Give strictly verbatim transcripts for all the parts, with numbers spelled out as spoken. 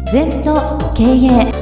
禅と経営。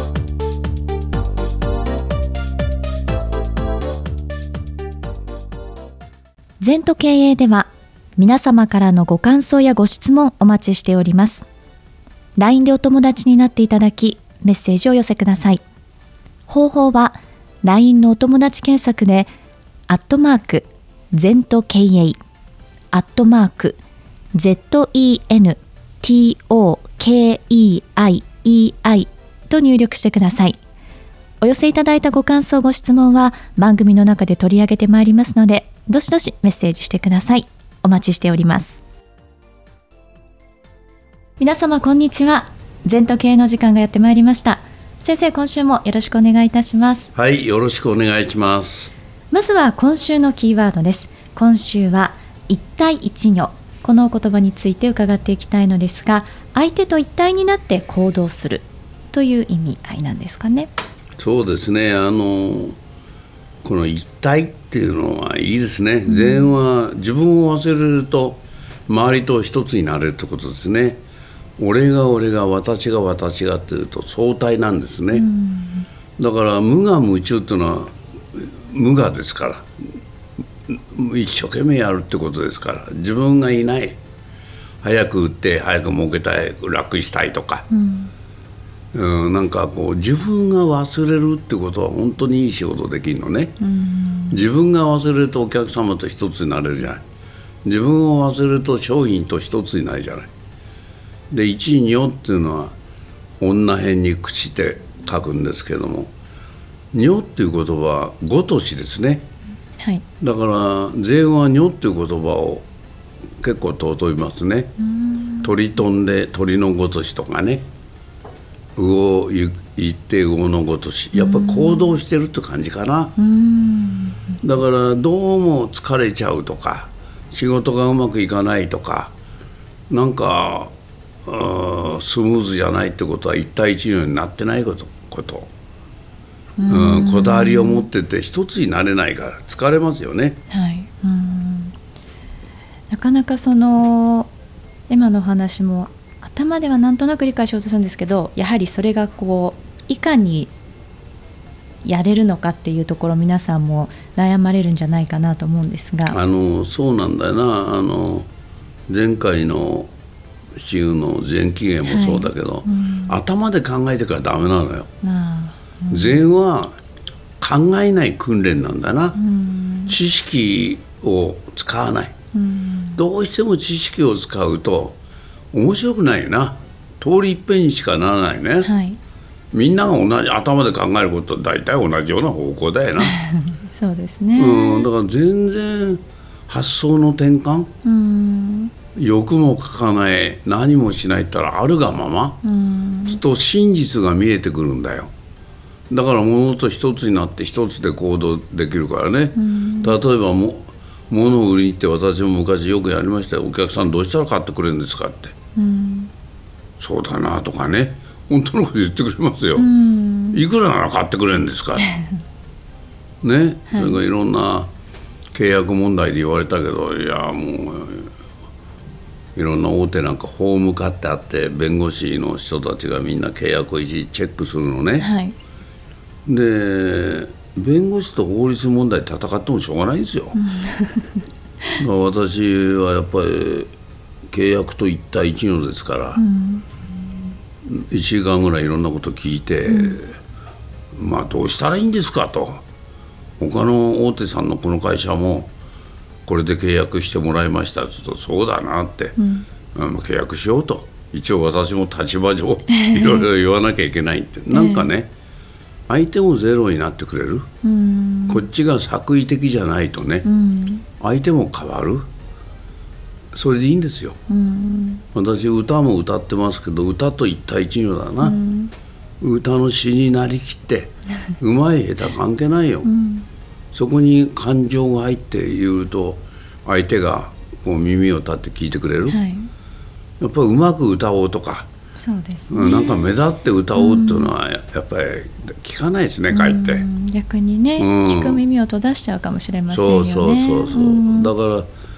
禅と経営では皆様からのご感想やご質問お待ちしております。 ライン でお友達になっていただきメッセージをお寄せください。方法は ライン のお友達検索でアットマーク禅と経営アットマーク ゼットイーエヌティーオーケーイーアイイーアイ と入力してください。お寄せいただいたご感想ご質問は番組の中で取り上げてまいりますので、どしどしメッセージしてください。お待ちしております。皆様こんにちは。禅と経営の時間がやってまいりました。先生、今週もよろしくお願いいたします。 はい、よろしくお願いします。 まずは今週のキーワードです。今週は一対一如、このお言葉について伺っていきたいのですが、相手と一体になって行動するという意味合いなんですかね。 そうですね、あのこの一体っていうのはいいですね。禅は自分を忘れると周りと一つになれるってことですね。俺が俺が私が私がっていうと相対なんですね。だから無我夢中っていうのは無我ですから、一生懸命やるってことですから、自分がいない、早く売って早く儲けたい、楽したいとか、うんうん、なんかこう自分が忘れるってことは本当にいい仕事できるのね。自分が忘れるとお客様と一つになれるじゃない。自分を忘れると商品と一つになるじゃない。で一如っていうのは女辺に口って書くんですけども、如っていう言葉はごとしですね。はい、だから禅は如っていう言葉を結構尊いますね。鳥飛んで鳥のごとしとかね、魚を行って魚のごとし、やっぱり行動してるって感じかな。だからどうも疲れちゃうとか、仕事がうまくいかないとか、なんかスムーズじゃないってことは一対一如になってないことことうん、こだわりを持ってて一つになれないから疲れますよね。はい、うん、 なかなかその今の話も頭ではなんとなく理解しようとするんですけど、やはりそれがこういかにやれるのかっていうところ、皆さんも悩まれるんじゃないかなと思うんですが、 あのそうなんだよな。あの前回の週の前期限もそうだけど、はい、うん、頭で考えてからダメなのよ。あ、うん、禅は考えない訓練なんだな。うん、知識を使わない、うん、どうしても知識を使うと面白くないよな。通り一遍にしかならないね。はい、みんなが同じ頭で考えることは大体同じような方向だよな。 そうですね、 うん、だから全然発想の転換、うん、欲もかかない何もしないったらあるがまま、うん、そうすると真実が見えてくるんだよ。だから物と一つになって一つで行動できるからね。うん、例えばも物を売りに行って、私も昔よくやりましたよ。お客さんどうしたら買ってくれるんですかって、うん、そうだなとかね、本当のこと言ってくれますよ。うん、いくらなら買ってくれるんですかね、はい、それからいろんな契約問題で言われたけど、いやもういろんな大手なんか法務課ってあって、弁護士の人たちがみんな契約を一時チェックするのね。はい、で弁護士と法律問題戦ってもしょうがないんですよ。うん、私はやっぱり契約と一対一如ですから、うん、いちじかんぐらいいろんなこと聞いて、うん、まあどうしたらいいんですかと。他の大手さんのこの会社もこれで契約してもらいましたと言うと、そうだなって、うん、契約しようと。一応私も立場上いろいろ言わなきゃいけないって、なんかね、相手もゼロになってくれる、うん、こっちが作為的じゃないとね、うん、相手も変わる。それでいいんですよ。うん、私歌も歌ってますけど、歌と一対一如だな。うん、歌の詩になりきってうまい下手関係ないよ。うん、そこに感情が入って言うと相手がこう耳を立って聞いてくれる。はい、やっぱりうまく歌おうとか、 そうですね、 なんか目立って歌おうっていうのはやっぱり聞かないですね、かえって。 逆にね、うん、聞く耳を閉ざしちゃうかもしれませんよね。 そうそうそうそう、うん、だから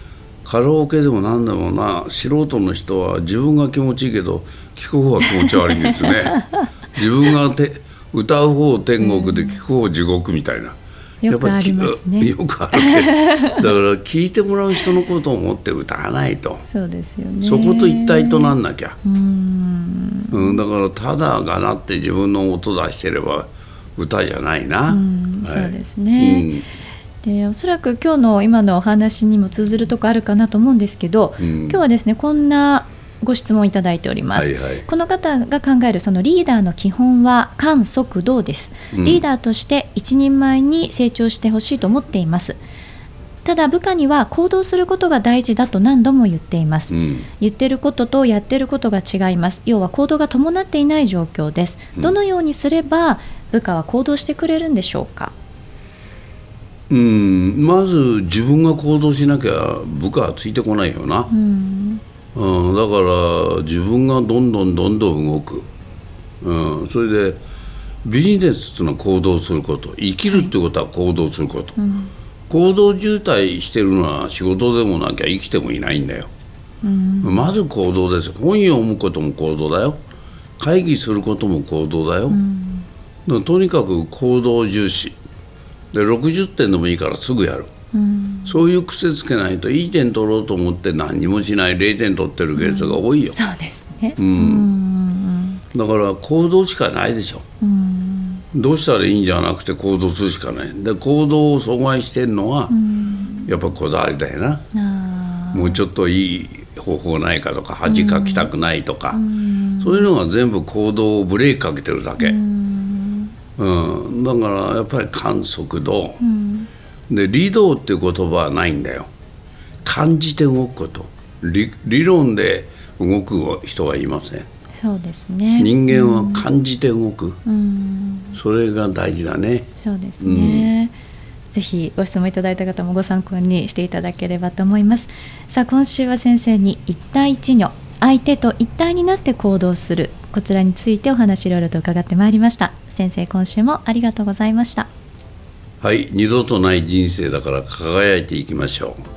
カラオケでも何でもな、素人の人は自分が気持ちいいけど聞く方は気持ち悪いんですね自分がて歌う方天国で聞く方地獄みたいな、 よくありますね。 よくあるけどだから聞いてもらう人のことを思って歌わないと。 そうですよね。 そこと一体となんなきゃ。 うーん、 うん、だからただがなって自分の音出してれば歌じゃないな。 うん、はい、そうですね、うん、でおそらく今日の今のお話にも通ずるとこあるかなと思うんですけど、うん、今日はですねこんなご質問いただいております、はいはい、この方が考えるそのリーダーの基本は間速動です、うん、リーダーとして一人前に成長してほしいと思っています。ただ部下には行動することが大事だと何度も言っています、うん、言ってることとやってることが違います。要は行動が伴っていない状況です。どのようにすれば部下は行動してくれるんでしょうか。 うん、まず自分が行動しなきゃ部下はついてこないよな、うんうん、だから自分がどんどんどんどん動く、うん、それでビジネスっていうのは行動すること、生きるってことは行動すること、はい、うん、行動渋滞してるのは仕事でもなきゃ生きてもいないんだよ、うん、まず行動です。本読むことも行動だよ、会議することも行動だよ、うん、だからとにかく行動重視でろくじゅってんでもいいからすぐやる、うん、そういう癖つけないといい点取ろうと思って何にもしないれいてん取ってるケースが多いよ、 うん、そうですね、 うん、だから行動しかないでしょ、うん、どうしたらいいんじゃなくて行動するしかない。で行動を阻害してるのは、うん、やっぱこだわりだよな。あ、もうちょっといい方法ないかとか恥かきたくないとか、うん、そういうのが全部行動をブレーキかけてるだけ、うんうん、だからやっぱり間速動、うん、で理動っていう言葉はないんだよ。感じて動くこと、 理, 理論で動く人はいません。 そうですね、 人間は感じて動く、うん、それが大事だね。 そうですね、うん、ぜひご質問いただいた方もご参考にしていただければと思います。さあ今週は先生に一対一如、相手と一体になって行動する、こちらについてお話いろいろと伺ってまいりました。先生今週もありがとうございました。 はい、二度とない人生だから輝いていきましょう。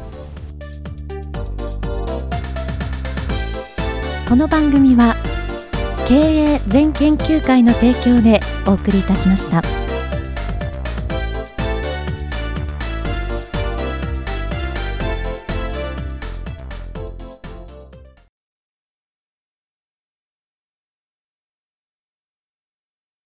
この番組は経営全研究会の提供でお送りいたしました。